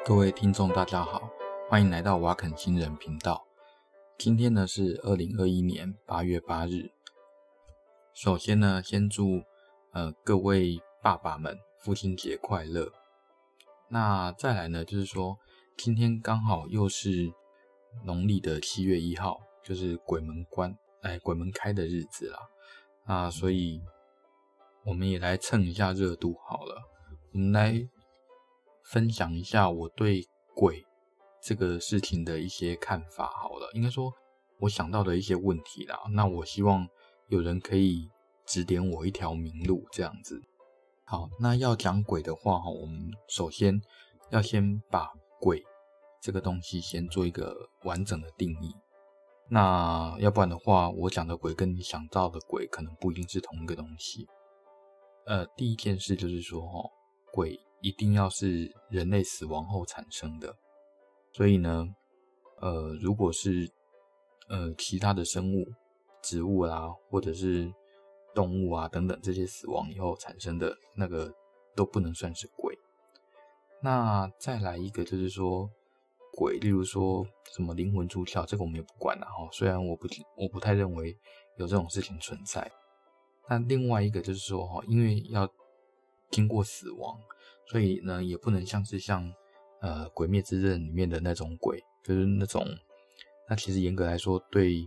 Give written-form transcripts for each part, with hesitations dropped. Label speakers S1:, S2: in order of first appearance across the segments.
S1: 各位听众大家好，欢迎来到瓦肯新人频道。今天呢是2021年8月8日。首先呢，先祝各位爸爸们父亲节快乐。那再来呢，就是说今天刚好又是农历的7月1号，就是鬼门开的日子啦。所以我们也来蹭一下热度好了。我们来分享一下我对鬼这个事情的一些看法好了，应该说我想到的一些问题啦。那我希望有人可以指点我一条明路这样子。好，那要讲鬼的话，我们首先要先把鬼这个东西先做一个完整的定义。那要不然的话，我讲的鬼跟你想到的鬼可能不一定是同一个东西。第一件事就是说鬼一定要是人类死亡后产生的，所以呢，如果是其他的生物、植物啦，或者是动物啊等等这些死亡以后产生的那个都不能算是鬼。那再来一个就是说鬼，例如说什么灵魂出窍，这个我们也不管啦虽然我不太认为有这种事情存在。那另外一个就是说因为要经过死亡，所以呢也不能像鬼灭之刃里面的那种鬼，就是那其实严格来说对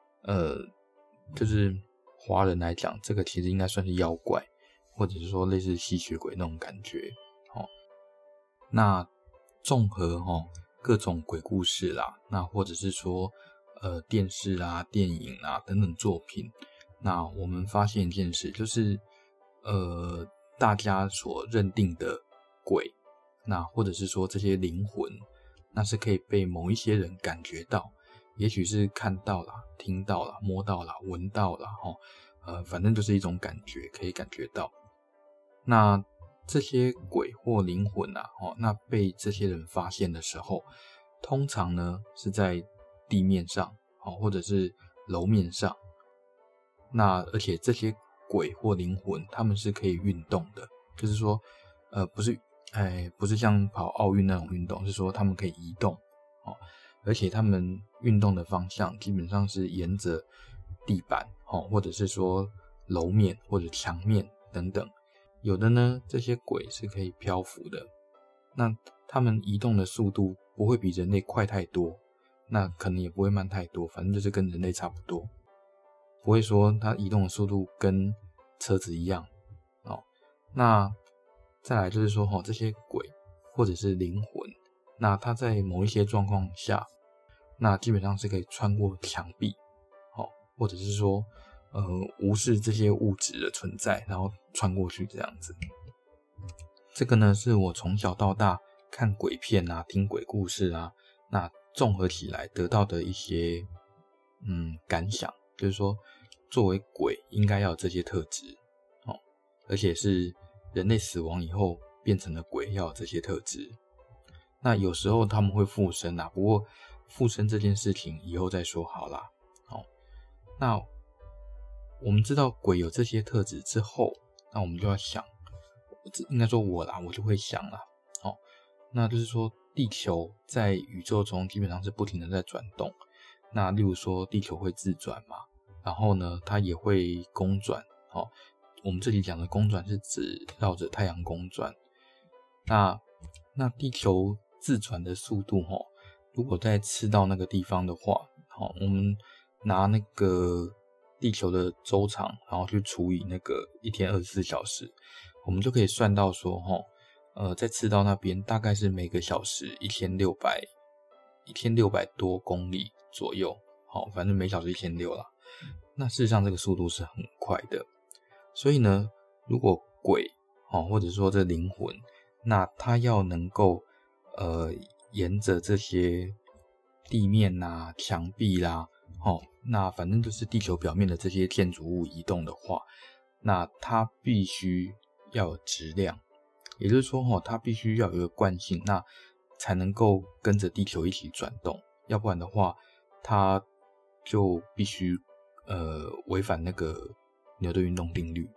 S1: 就是华人来讲，这个其实应该算是妖怪，或者是说类似吸血鬼那种感觉。那综合各种鬼故事啦，那或者是说电视啊、电影啊等等作品，那我们发现一件事，就是大家所认定的鬼，那或者是说这些灵魂，那是可以被某一些人感觉到，也许是看到啦、听到啦、摸到啦、闻到啦反正就是一种感觉，可以感觉到。那这些鬼或灵魂那被这些人发现的时候，通常呢是在地面上或者是楼面上。那而且这些鬼或灵魂他们是可以运动的，就是说不是像跑奥运那种运动，是说他们可以移动而且他们运动的方向基本上是沿着地板或者是说楼面或者墙面等等。有的呢，这些鬼是可以漂浮的，那他们移动的速度不会比人类快太多，那可能也不会慢太多，反正就是跟人类差不多，不会说它移动的速度跟车子一样那再来就是说这些鬼或者是灵魂，那它在某一些状况下，那基本上是可以穿过墙壁或者是说无视这些物质的存在，然后穿过去这样子。这个呢是我从小到大看鬼片啊、听鬼故事啊，那综合起来得到的一些感想，就是说作为鬼应该要有这些特质而且是人类死亡以后变成了鬼要有这些特质。那有时候他们会附身不过附身这件事情以后再说好啦那我们知道鬼有这些特质之后，那我们就要想，应该说我就会想啦那就是说地球在宇宙中基本上是不停的在转动，那例如说地球会自转嘛，然后呢它也会公转我们这里讲的公转是指绕着太阳公转。那地球自转的速度如果在赤道那个地方的话我们拿那个地球的周长然后去除以那个一天24小时，我们就可以算到说在赤道那边大概是每个小时1600多公里左右反正每小时1600啦。那事实上这个速度是很快的，所以呢如果鬼或者说这灵魂，那它要能够沿着这些地面啦、墙壁啦那反正就是地球表面的这些建筑物移动的话，那它必须要有质量，也就是说它必须要有一个惯性，那才能够跟着地球一起转动，要不然的话它就必须违反那个牛顿运动定律。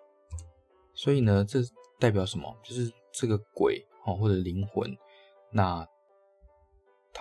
S1: 所以呢这代表什么？就是这个鬼或者灵魂，那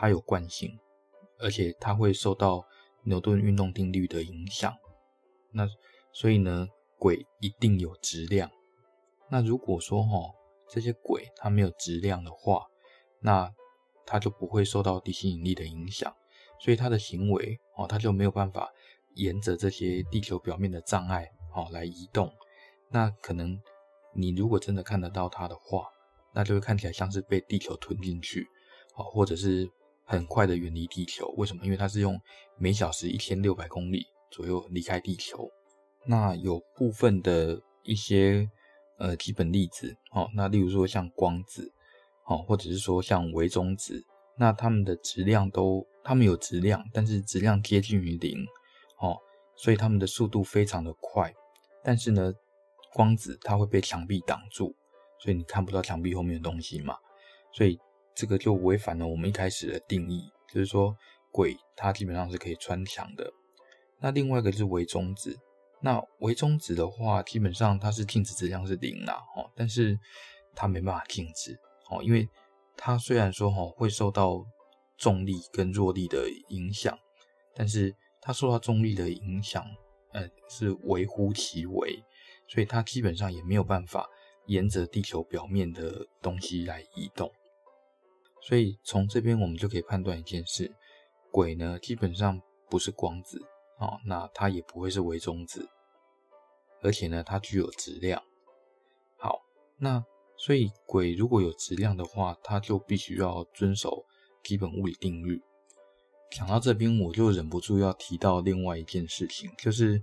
S1: 它有惯性，而且它会受到牛顿运动定律的影响。那所以呢，轨一定有质量。那如果说这些轨它没有质量的话，那它就不会受到地心引力的影响，所以它的行为它就没有办法沿着这些地球表面的障碍来移动。那可能你如果真的看得到它的话，那就会看起来像是被地球吞进去，或者是很快的远离地球。为什么？因为它是用每小时1600公里左右离开地球。那有部分的一些基本粒子那例如说像光子或者是说像微中子，那它们有质量，但是质量接近于0所以它们的速度非常的快。但是呢，光子它会被墙壁挡住，所以你看不到墙壁后面的东西嘛，所以这个就违反了我们一开始的定义，就是说轨它基本上是可以穿墙的。那另外一个就是微中子，那微中子的话基本上它是静止质量是0啦但是它没办法静止因为它虽然说会受到重力跟弱力的影响，但是它受到重力的影响是微乎其微，所以它基本上也没有办法沿着地球表面的东西来移动。所以从这边我们就可以判断一件事，轨呢基本上不是光子那它也不会是微中子，而且呢它具有质量。好，那所以轨如果有质量的话，它就必须要遵守基本物理定律。讲到这边我就忍不住要提到另外一件事情，就是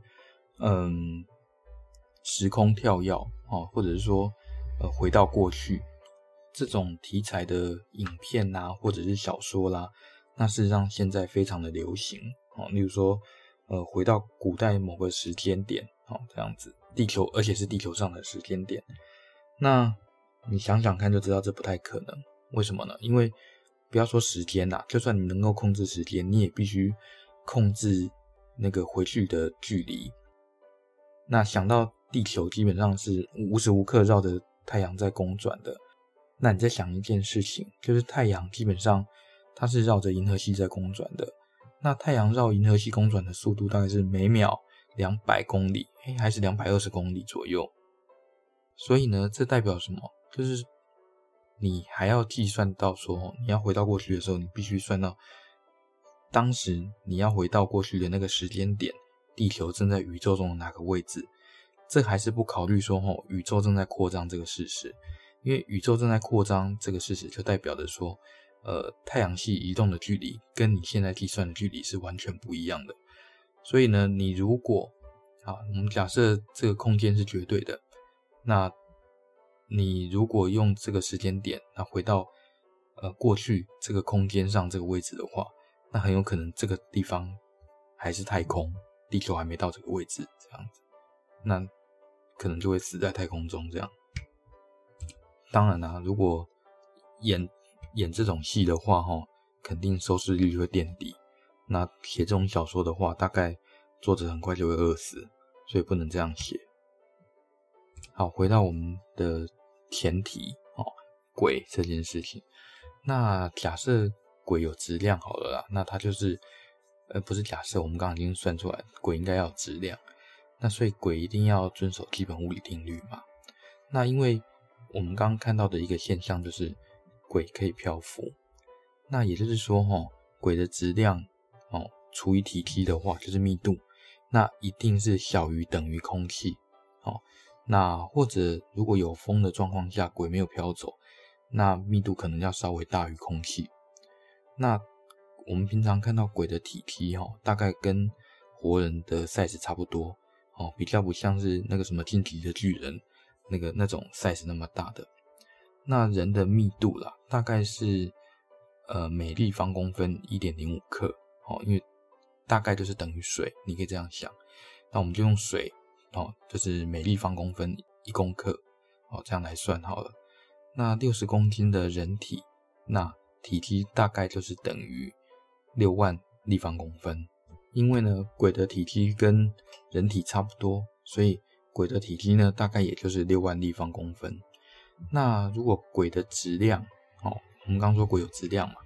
S1: 时空跳跃或者是说回到过去这种题材的影片或者是小说啦，那事实上现在非常的流行例如说回到古代某个时间点这样子，而且是地球上的时间点。那你想想看就知道这不太可能。为什么呢？因为不要说时间就算你能够控制时间，你也必须控制那个回去的距离。那想到地球基本上是无时无刻绕着太阳在公转的，那你再想一件事情，就是太阳基本上它是绕着银河系在公转的，那太阳绕银河系公转的速度大概是每秒200公里还是220公里左右。所以呢，这代表什么？就是你还要计算到说你要回到过去的时候，你必须算到当时你要回到过去的那个时间点，地球正在宇宙中的哪个位置。这还是不考虑说宇宙正在扩张这个事实，因为宇宙正在扩张这个事实就代表着说太阳系移动的距离跟你现在计算的距离是完全不一样的。所以呢，你如果我们假设这个空间是绝对的，那你如果用这个时间点回到过去这个空间上这个位置的话，那很有可能这个地方还是太空，地球还没到这个位置这样子，那可能就会死在太空中这样。当然如果演这种戏的话肯定收视率会垫底。那写这种小说的话，大概作者很快就会饿死，所以不能这样写。好，回到我们的前提轨这件事情。那假设轨有质量好了啦，那它就是不是假设，我们刚刚已经算出来轨应该要有质量，那所以轨一定要遵守基本物理定律嘛。那因为我们刚刚看到的一个现象就是轨可以漂浮，那也就是说轨的质量除以体积的话就是密度，那一定是小于等于空气那或者如果有风的状况下轨没有飘走，那密度可能要稍微大于空气。那我们平常看到轨的体积大概跟活人的 size 差不多比较不像是那个什么进击的巨人那种 size 那么大的。那人的密度啦，大概是每立方公分 1.05 克因为大概就是等于水，你可以这样想。那我们就用水就是每立方公分1公克这样来算好了。那60公斤的人体，那体积大概就是等于6万立方公分。因为呢轨的体积跟人体差不多，所以轨的体积呢大概也就是6万立方公分。那如果轨的质量我们刚说轨有质量嘛，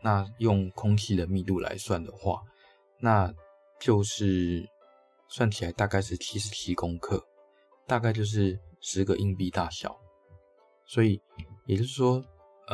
S1: 那用空气的密度来算的话，那就是算起来大概是77公克，大概就是10个硬币大小。所以也就是说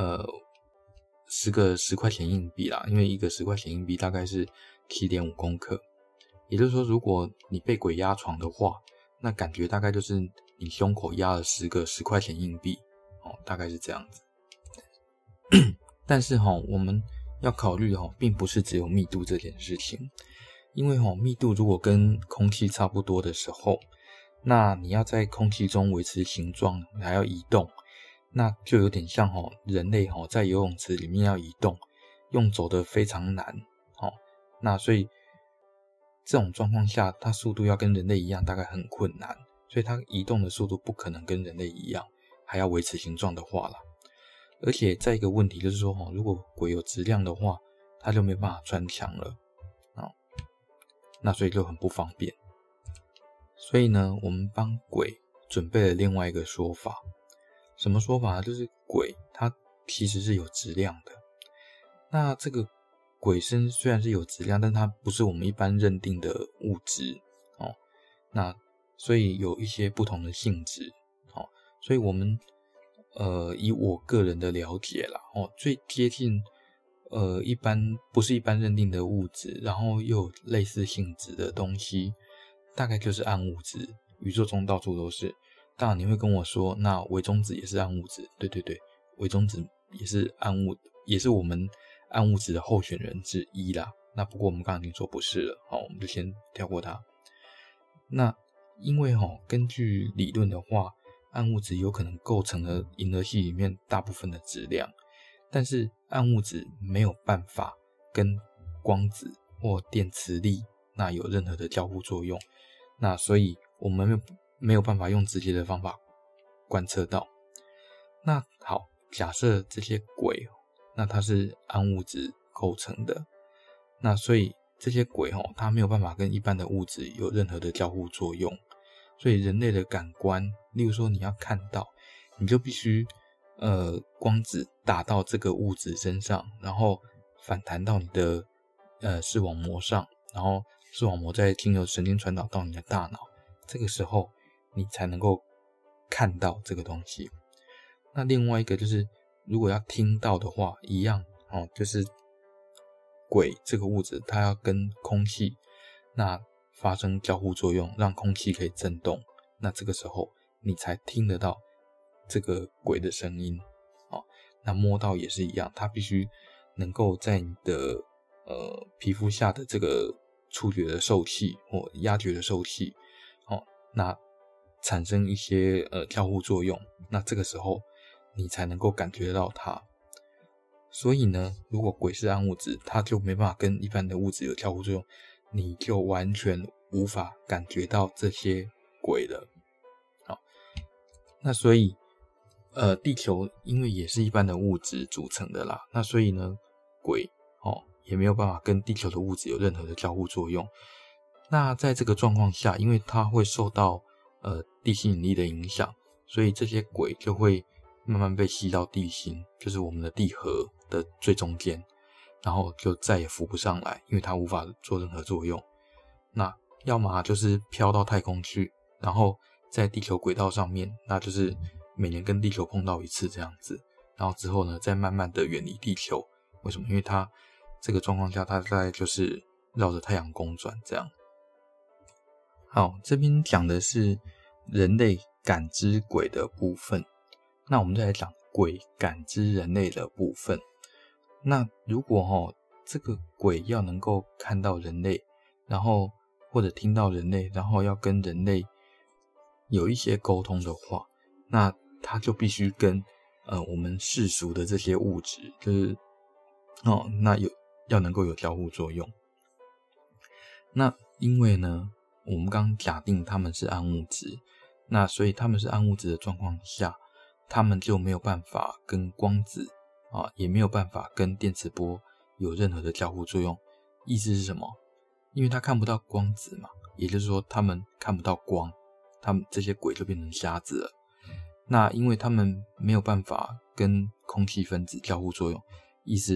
S1: 10个10块钱硬币啦，因为一个10块钱硬币大概是 7.5 公克。也就是说，如果你被鬼压床的话，那感觉大概就是你胸口压了10个10块钱硬币，大概是这样子。但是我们要考虑并不是只有密度这件事情，因为密度如果跟空气差不多的时候，那你要在空气中维持形状，还要移动，那就有点像人类在游泳池里面要移动，用走的非常难。那所以这种状况下，它速度要跟人类一样大概很困难，所以它移动的速度不可能跟人类一样，还要维持形状的话啦。而且再一个问题就是说，如果鬼有质量的话，它就没办法穿墙了，那所以就很不方便。所以呢，我们帮鬼准备了另外一个说法。什么说法呢？就是鬼它其实是有质量的。那这个鬼身虽然是有质量，但它不是我们一般认定的物质那所以有一些不同的性质所以我们以我个人的了解啦最接近一般不是一般认定的物质，然后又有类似性质的东西，大概就是暗物质。宇宙中到处都是。当然你会跟我说，那微中子也是暗物质。对，微中子也是暗物，也是我们暗物质的候选人之一啦。那不过我们刚刚已经说不是了，我们就先跳过它。那因为根据理论的话，暗物质有可能构成了银河系里面大部分的质量，但是暗物质没有办法跟光子或电磁力那有任何的交互作用，那所以我们没有办法用直接的方法观测到。那好，假设这些鬼那它是暗物质构成的，那所以这些鬼它没有办法跟一般的物质有任何的交互作用，所以人类的感官，例如说你要看到，你就必须光子打到这个物质身上，然后反弹到你的视网膜上，然后视网膜再经由神经传导到你的大脑，这个时候你才能够看到这个东西。那另外一个就是如果要听到的话，一样就是鬼这个物质它要跟空气那发生交互作用，让空气可以震动，那这个时候你才听得到这个鬼的声音那摸到也是一样，它必须能够在你的皮肤下的这个触觉的受器或压觉的受器那产生一些交互作用，那这个时候你才能够感觉到它。所以呢，如果鬼是暗物质，它就没办法跟一般的物质有交互作用，你就完全无法感觉到这些鬼了。那所以地球因为也是一般的物质组成的啦，那所以呢鬼也没有办法跟地球的物质有任何的交互作用。那在这个状况下，因为它会受到地心引力的影响，所以这些鬼就会慢慢被吸到地心，就是我们的地核的最中间，然后就再也浮不上来，因为它无法做任何作用。那要么就是飘到太空去，然后在地球轨道上面，那就是每年跟地球碰到一次这样子，然后之后呢再慢慢的远离地球。为什么？因为它这个状况下，它大概就是绕着太阳公转这样。好，这边讲的是人类感知鬼的部分，那我们再来讲鬼感知人类的部分。那如果这个鬼要能够看到人类，然后或者听到人类，然后要跟人类有一些沟通的话，那它就必须跟我们世俗的这些物质，就是那要能够有交互作用。那因为呢，我们刚假定它们是暗物质，那所以它们是暗物质的状况下，它们就没有办法跟光子也没有办法跟电磁波有任何的交互作用。意思是什么？因为它看不到光子嘛，也就是说他们看不到光，他们这些鬼就变成瞎子了。那因为他们没有办法跟空气分子交互作用，意思是什么？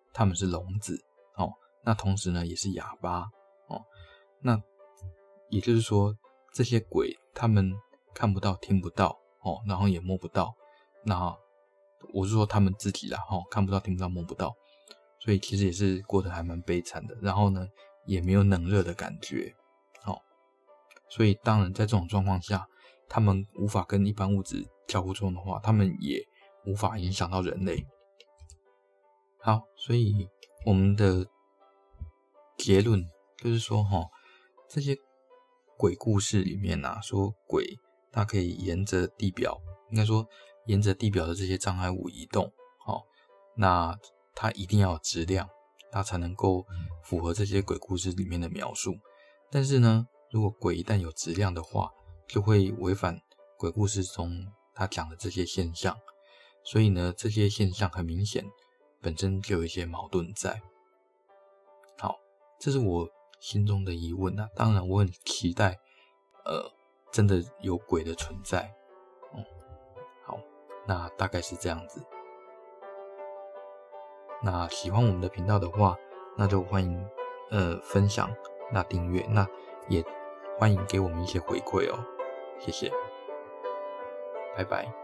S1: 他们是聋子哦，那同时呢也是哑巴哦，那也就是说这些鬼他们看不到听不到哦，然后也摸不到，那我是说他们自己啦哦，看不到听不到摸不到，所以其实也是过得还蛮悲惨的，然后呢也没有冷热的感觉哦，所以当然在这种状况下，他们无法跟一般物质交互作用的话，他们也无法影响到人类。好，所以我们的结论就是说这些鬼故事里面啊，说鬼它可以沿着地表，应该说沿着地表的这些障碍物移动那它一定要有质量，它才能够符合这些鬼故事里面的描述。但是呢，如果鬼一旦有质量的话，就会违反鬼故事中他讲的这些现象，所以呢，这些现象很明显本身就有一些矛盾在。好，这是我心中的疑问啊。当然，我很期待，真的有鬼的存在。好，那大概是这样子。那喜欢我们的频道的话，那就欢迎分享，那订阅，那也欢迎给我们一些回馈哦，谢谢，拜拜。